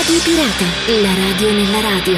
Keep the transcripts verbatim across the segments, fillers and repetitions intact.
Radio Pirata, la radio nella radio.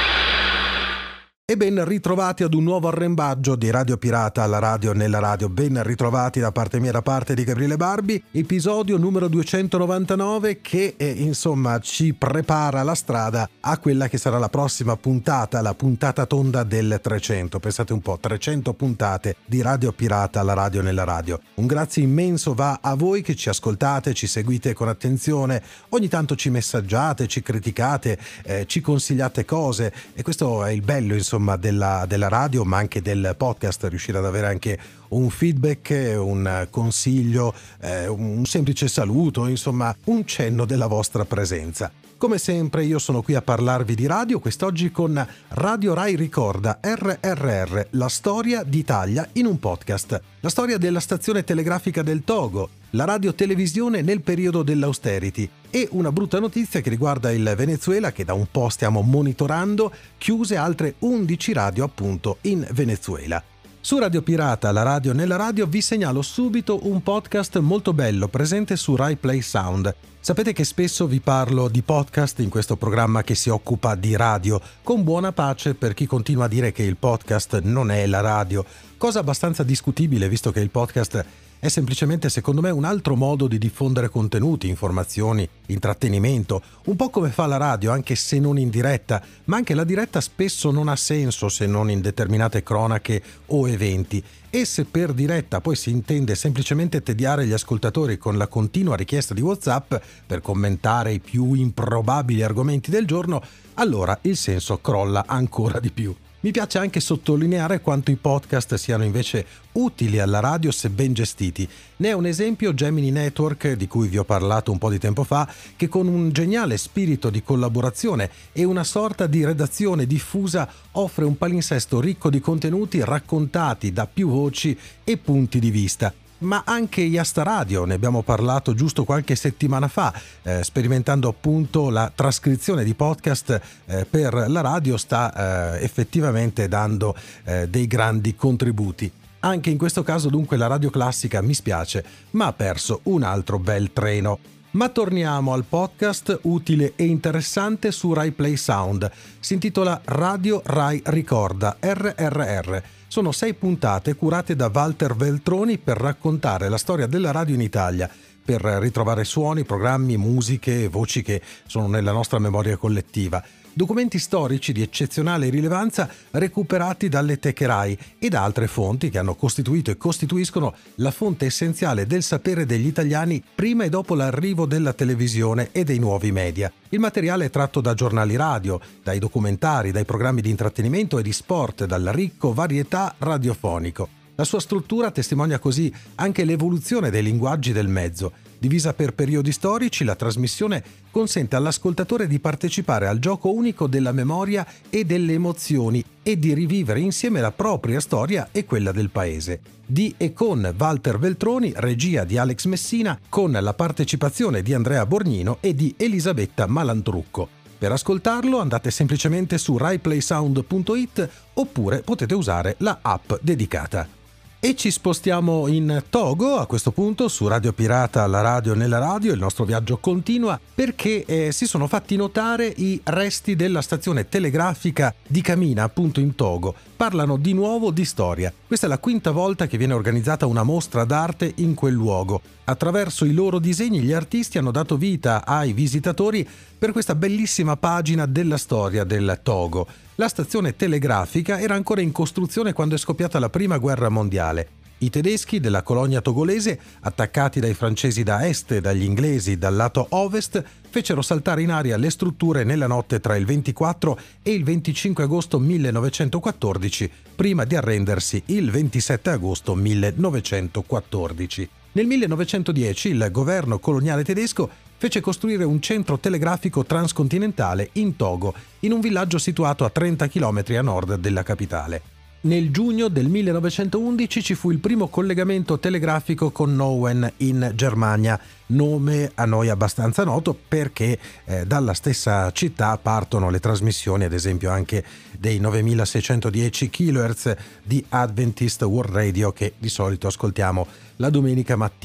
E ben ritrovati ad un nuovo arrembaggio di Radio Pirata alla radio nella radio. Ben ritrovati da parte mia, da parte di Gabriele Barbi, episodio numero duecentonovantanove che eh, insomma ci prepara la strada a quella che sarà la prossima puntata, la puntata tonda del trecento. Pensate un po', trecento puntate di Radio Pirata alla radio nella radio. Un grazie immenso va a voi che ci ascoltate, ci seguite con attenzione, ogni tanto ci messaggiate, ci criticate, eh, ci consigliate cose, e questo è il bello insomma Della, della radio, ma anche del podcast, riuscire ad avere anche un feedback, un consiglio, eh, un semplice saluto, insomma un cenno della vostra presenza. Come sempre io sono qui a parlarvi di radio, quest'oggi con Radio Rai Ricorda R R R, la storia d'Italia in un podcast. La storia della stazione telegrafica del Togo, la radio-televisione nel periodo dell'austerity, e una brutta notizia che riguarda il Venezuela, che da un po' stiamo monitorando, chiuse altre undici radio appunto in Venezuela. Su Radio Pirata, la radio nella radio, vi segnalo subito un podcast molto bello presente su Rai Play Sound. Sapete che spesso vi parlo di podcast in questo programma che si occupa di radio, con buona pace per chi continua a dire che il podcast non è la radio, cosa abbastanza discutibile visto che il podcast è semplicemente, secondo me, un altro modo di diffondere contenuti, informazioni, intrattenimento, un po' come fa la radio, anche se non in diretta, ma anche la diretta spesso non ha senso se non in determinate cronache o eventi. E se per diretta poi si intende semplicemente tediare gli ascoltatori con la continua richiesta di WhatsApp per commentare i più improbabili argomenti del giorno, allora il senso crolla ancora di più. Mi piace anche sottolineare quanto i podcast siano invece utili alla radio se ben gestiti. Ne è un esempio Gemini Network, di cui vi ho parlato un po' di tempo fa, che con un geniale spirito di collaborazione e una sorta di redazione diffusa offre un palinsesto ricco di contenuti raccontati da più voci e punti di vista. Ma anche Yasta Radio, ne abbiamo parlato giusto qualche settimana fa, eh, sperimentando appunto la trascrizione di podcast eh, per la radio, sta eh, effettivamente dando eh, dei grandi contributi. Anche in questo caso dunque la radio classica, mi spiace, ma ha perso un altro bel treno. Ma torniamo al podcast utile e interessante su Rai Play Sound. Si intitola Radio Rai Ricorda R R R. Sono sei puntate curate da Walter Veltroni per raccontare la storia della radio in Italia, per ritrovare suoni, programmi, musiche e voci che sono nella nostra memoria collettiva. Documenti storici di eccezionale rilevanza recuperati dalle teche Rai e da altre fonti che hanno costituito e costituiscono la fonte essenziale del sapere degli italiani prima e dopo l'arrivo della televisione e dei nuovi media. Il materiale è tratto da giornali radio, dai documentari, dai programmi di intrattenimento e di sport, dal ricco varietà radiofonico. La sua struttura testimonia così anche l'evoluzione dei linguaggi del mezzo. Divisa per periodi storici, la trasmissione consente all'ascoltatore di partecipare al gioco unico della memoria e delle emozioni e di rivivere insieme la propria storia e quella del paese. Di e con Walter Veltroni, regia di Alex Messina, con la partecipazione di Andrea Borgnino e di Elisabetta Malantrucco. Per ascoltarlo andate semplicemente su rai play sound punto it oppure potete usare la app dedicata. E ci spostiamo in Togo, a questo punto, su Radio Pirata, la radio nella radio. Il nostro viaggio continua perché eh, si sono fatti notare i resti della stazione telegrafica di Camina, appunto in Togo. Parlano di nuovo di storia. Questa è la quinta volta che viene organizzata una mostra d'arte in quel luogo. Attraverso i loro disegni gli artisti hanno dato vita ai visitatori per questa bellissima pagina della storia del Togo. La stazione telegrafica era ancora in costruzione quando è scoppiata la Prima Guerra Mondiale. I tedeschi della colonia togolese, attaccati dai francesi da est e dagli inglesi dal lato ovest, fecero saltare in aria le strutture nella notte tra il ventiquattro e il venticinque agosto millenovecentoquattordici, prima di arrendersi il ventisette agosto millenovecentoquattordici. Nel millenovecentodieci il governo coloniale tedesco fece costruire un centro telegrafico transcontinentale in Togo, in un villaggio situato a trenta chilometri a nord della capitale. Nel giugno del millenovecentoundici ci fu il primo collegamento telegrafico con Nouwen in Germania, nome a noi abbastanza noto perché eh, dalla stessa città partono le trasmissioni, ad esempio anche dei novemilaseicentodieci kilohertz di Adventist World Radio che di solito ascoltiamo la domenica mattina.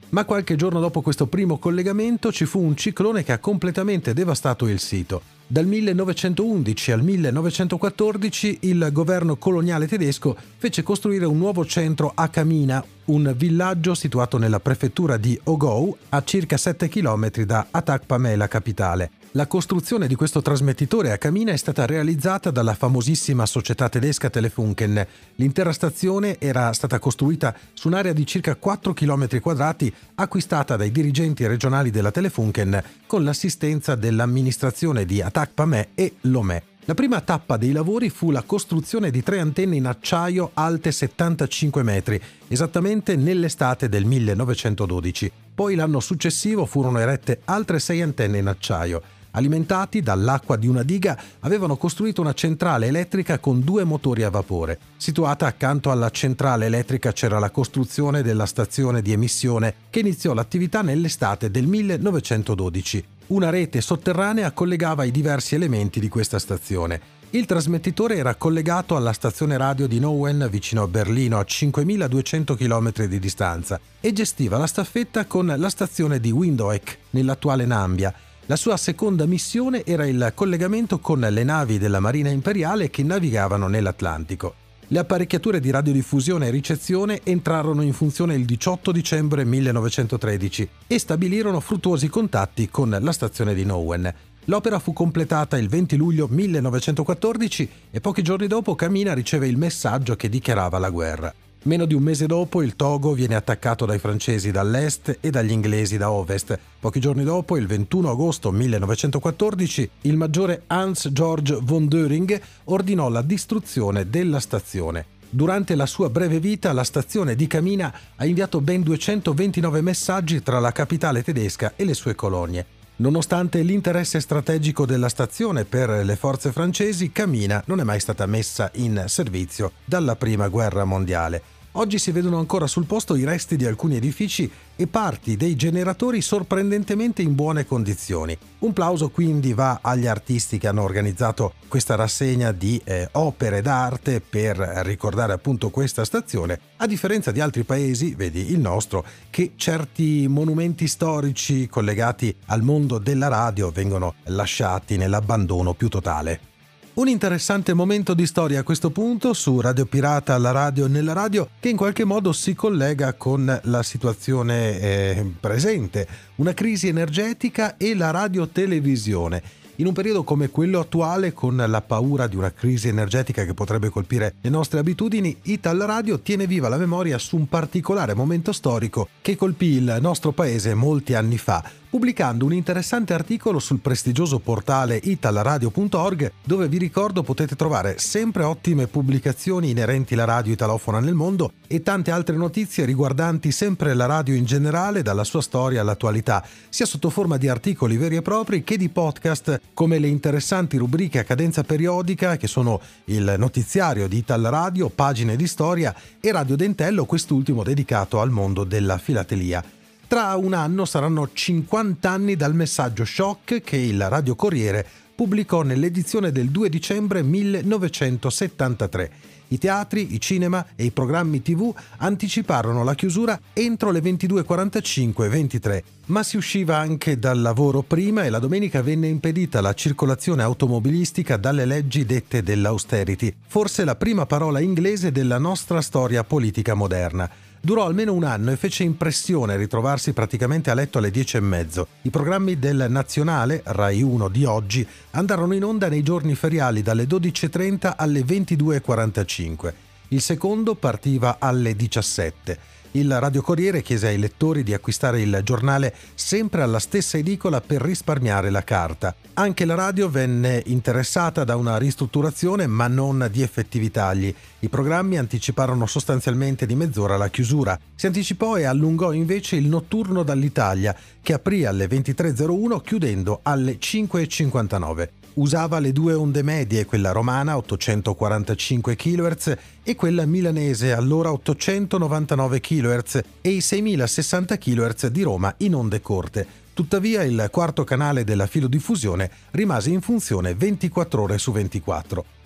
Ma qualche giorno dopo questo primo collegamento ci fu un ciclone che ha completamente devastato il sito. Dal millenovecentoundici al millenovecentoquattordici il governo coloniale tedesco fece costruire un nuovo centro a Camina, un villaggio situato nella prefettura di Ogou, a circa sette chilometri da Atakpamé, la capitale. La costruzione di questo trasmettitore a Camina è stata realizzata dalla famosissima società tedesca Telefunken. L'intera stazione era stata costruita su un'area di circa quattro chilometri quadrati, acquistata dai dirigenti regionali della Telefunken con l'assistenza dell'amministrazione di Atakpamé e Lomé. La prima tappa dei lavori fu la costruzione di tre antenne in acciaio alte settantacinque metri, esattamente nell'estate del millenovecentododici. Poi l'anno successivo furono erette altre sei antenne in acciaio. Alimentati dall'acqua di una diga, avevano costruito una centrale elettrica con due motori a vapore. Situata accanto alla centrale elettrica c'era la costruzione della stazione di emissione, che iniziò l'attività nell'estate del millenovecentododici. Una rete sotterranea collegava i diversi elementi di questa stazione. Il trasmettitore era collegato alla stazione radio di Nauen vicino a Berlino, a cinquemiladuecento chilometri di distanza, e gestiva la staffetta con la stazione di Windhoek, nell'attuale Nambia. La sua seconda missione era il collegamento con le navi della Marina Imperiale che navigavano nell'Atlantico. Le apparecchiature di radiodiffusione e ricezione entrarono in funzione il diciotto dicembre millenovecentotredici e stabilirono fruttuosi contatti con la stazione di Nauen. L'opera fu completata il venti luglio millenovecentoquattordici e pochi giorni dopo Camina riceve il messaggio che dichiarava la guerra. Meno di un mese dopo il Togo viene attaccato dai francesi dall'est e dagli inglesi da ovest. Pochi giorni dopo, il ventuno agosto millenovecentoquattordici, il maggiore Hans Georg von Döring ordinò la distruzione della stazione. Durante la sua breve vita, la stazione di Camina ha inviato ben duecentoventinove messaggi tra la capitale tedesca e le sue colonie. Nonostante l'interesse strategico della stazione per le forze francesi, Camina non è mai stata messa in servizio dalla Prima Guerra Mondiale. Oggi si vedono ancora sul posto i resti di alcuni edifici e parti dei generatori sorprendentemente in buone condizioni. Un plauso quindi va agli artisti che hanno organizzato questa rassegna di eh, opere d'arte per ricordare appunto questa stazione, a differenza di altri paesi, vedi il nostro, che certi monumenti storici collegati al mondo della radio vengono lasciati nell'abbandono più totale. Un interessante momento di storia a questo punto su Radio Pirata, alla radio e nella radio, che in qualche modo si collega con la situazione eh, presente, una crisi energetica e la radiotelevisione. In un periodo come quello attuale, con la paura di una crisi energetica che potrebbe colpire le nostre abitudini, Ital Radio tiene viva la memoria su un particolare momento storico che colpì il nostro paese molti anni fa, pubblicando un interessante articolo sul prestigioso portale italradio punto org, dove vi ricordo potete trovare sempre ottime pubblicazioni inerenti alla radio italofona nel mondo e tante altre notizie riguardanti sempre la radio in generale, dalla sua storia all'attualità, sia sotto forma di articoli veri e propri che di podcast, come le interessanti rubriche a cadenza periodica che sono il notiziario di Ital Radio, pagine di storia e Radio Dentello, quest'ultimo dedicato al mondo della filatelia. Tra un anno saranno cinquanta anni dal messaggio shock che il Radio Corriere pubblicò nell'edizione del due dicembre millenovecentosettantatré. I teatri, i cinema e i programmi tivù anticiparono la chiusura entro le ventidue e quarantacinque e ventitré, ma si usciva anche dal lavoro prima e la domenica venne impedita la circolazione automobilistica dalle leggi dette dell'austerity, forse la prima parola inglese della nostra storia politica moderna. Durò almeno un anno e fece impressione ritrovarsi praticamente a letto alle dieci e mezzo. I programmi del Nazionale, Rai uno di oggi, andarono in onda nei giorni feriali dalle dodici e trenta alle ventidue e quarantacinque. Il secondo partiva alle diciassette. Il Radio Corriere chiese ai lettori di acquistare il giornale sempre alla stessa edicola per risparmiare la carta. Anche la radio venne interessata da una ristrutturazione, ma non di effettivi tagli. I programmi anticiparono sostanzialmente di mezz'ora la chiusura. Si anticipò e allungò invece il notturno dall'Italia, che aprì alle ventitré e zero uno chiudendo alle cinque e cinquantanove. Usava le due onde medie, quella romana ottocentoquarantacinque chilohertz e quella milanese allora ottocentonovantanove chilohertz e i seimilasessanta chilohertz di Roma in onde corte. Tuttavia il quarto canale della filodiffusione rimase in funzione ventiquattro ore su ventiquattro.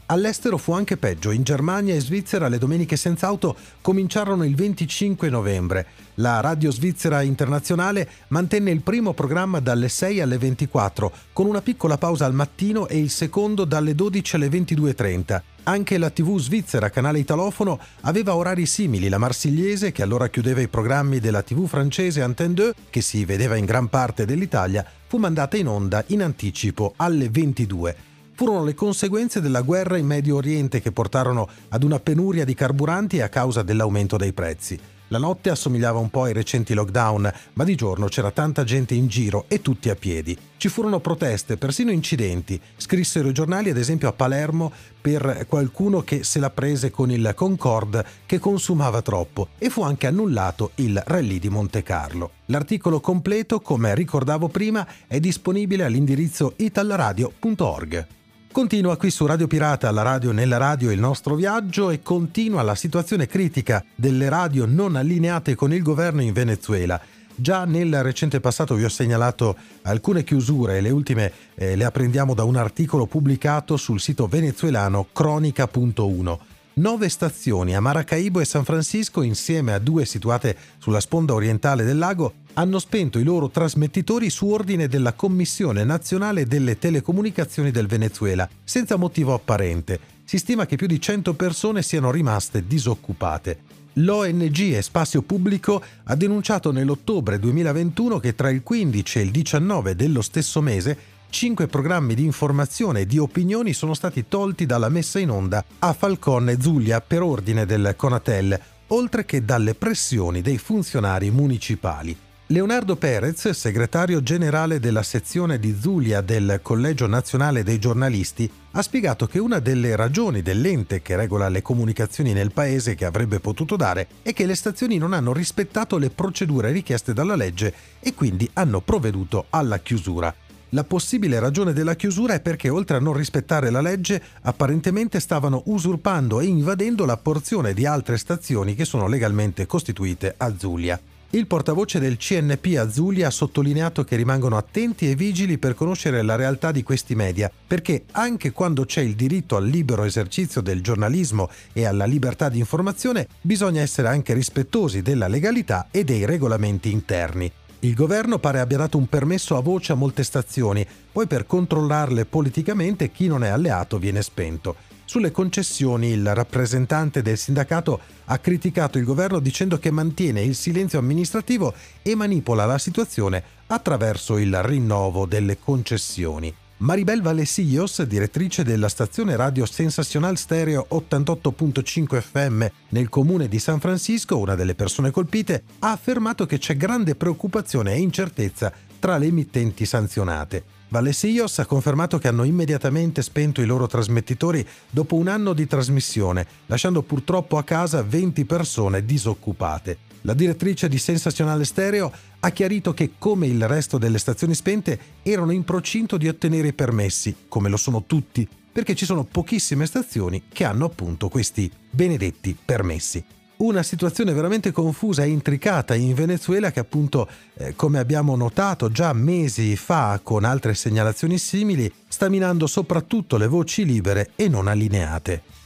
All'estero fu anche peggio. In Germania e Svizzera le domeniche senza auto cominciarono il venticinque novembre. La radio svizzera internazionale mantenne il primo programma dalle sei alle ventiquattro, con una piccola pausa al mattino, e il secondo dalle dodici alle ventidue e trenta. Anche la tivù svizzera, canale italofono, aveva orari simili. La Marsigliese, che allora chiudeva i programmi della tivù francese Antenne due, che si vedeva in gran parte dell'Italia, fu mandata in onda in anticipo alle ventidue. Furono le conseguenze della guerra in Medio Oriente che portarono ad una penuria di carburanti a causa dell'aumento dei prezzi. La notte assomigliava un po' ai recenti lockdown, ma di giorno c'era tanta gente in giro e tutti a piedi. Ci furono proteste, persino incidenti. Scrissero i giornali, ad esempio a Palermo, per qualcuno che se la prese con il Concorde che consumava troppo, e fu anche annullato il Rallye di Monte Carlo. L'articolo completo, come ricordavo prima, è disponibile all'indirizzo italradio punto org. Continua qui su Radio Pirata, la radio nella radio, il nostro viaggio, e continua la situazione critica delle radio non allineate con il governo in Venezuela. Già nel recente passato vi ho segnalato alcune chiusure, le ultime eh, le apprendiamo da un articolo pubblicato sul sito venezuelano cronica punto uno. Nove stazioni a Maracaibo e San Francisco, insieme a due situate sulla sponda orientale del lago, hanno spento i loro trasmettitori su ordine della Commissione Nazionale delle Telecomunicazioni del Venezuela, senza motivo apparente. Si stima che più di cento persone siano rimaste disoccupate. L'O N G e Spazio Pubblico ha denunciato nell'ottobre duemilaventuno che tra il quindici e il diciannove dello stesso mese cinque programmi di informazione e di opinioni sono stati tolti dalla messa in onda a Falcon e Zulia per ordine del Conatel, oltre che dalle pressioni dei funzionari municipali. Leonardo Perez, segretario generale della sezione di Zulia del Collegio Nazionale dei Giornalisti, ha spiegato che una delle ragioni dell'ente che regola le comunicazioni nel paese che avrebbe potuto dare è che le stazioni non hanno rispettato le procedure richieste dalla legge e quindi hanno provveduto alla chiusura. La possibile ragione della chiusura è perché, oltre a non rispettare la legge, apparentemente stavano usurpando e invadendo la porzione di altre stazioni che sono legalmente costituite a Zulia. Il portavoce del C N P a Zulia ha sottolineato che rimangono attenti e vigili per conoscere la realtà di questi media, perché anche quando c'è il diritto al libero esercizio del giornalismo e alla libertà di informazione, bisogna essere anche rispettosi della legalità e dei regolamenti interni. Il governo pare abbia dato un permesso a voce a molte stazioni, poi per controllarle politicamente chi non è alleato viene spento. Sulle concessioni il rappresentante del sindacato ha criticato il governo dicendo che mantiene il silenzio amministrativo e manipola la situazione attraverso il rinnovo delle concessioni. Maribel Vallecillos, direttrice della stazione radio Sensacional Stereo ottantotto virgola cinque F M nel comune di San Francisco, una delle persone colpite, ha affermato che c'è grande preoccupazione e incertezza tra le emittenti sanzionate. Vallecillos ha confermato che hanno immediatamente spento i loro trasmettitori dopo un anno di trasmissione, lasciando purtroppo a casa venti persone disoccupate. La direttrice di Sensacional Stereo ha chiarito che, come il resto delle stazioni spente, erano in procinto di ottenere i permessi, come lo sono tutti, perché ci sono pochissime stazioni che hanno appunto questi benedetti permessi. Una situazione veramente confusa e intricata in Venezuela che appunto, eh, come abbiamo notato già mesi fa con altre segnalazioni simili, sta minando soprattutto le voci libere e non allineate.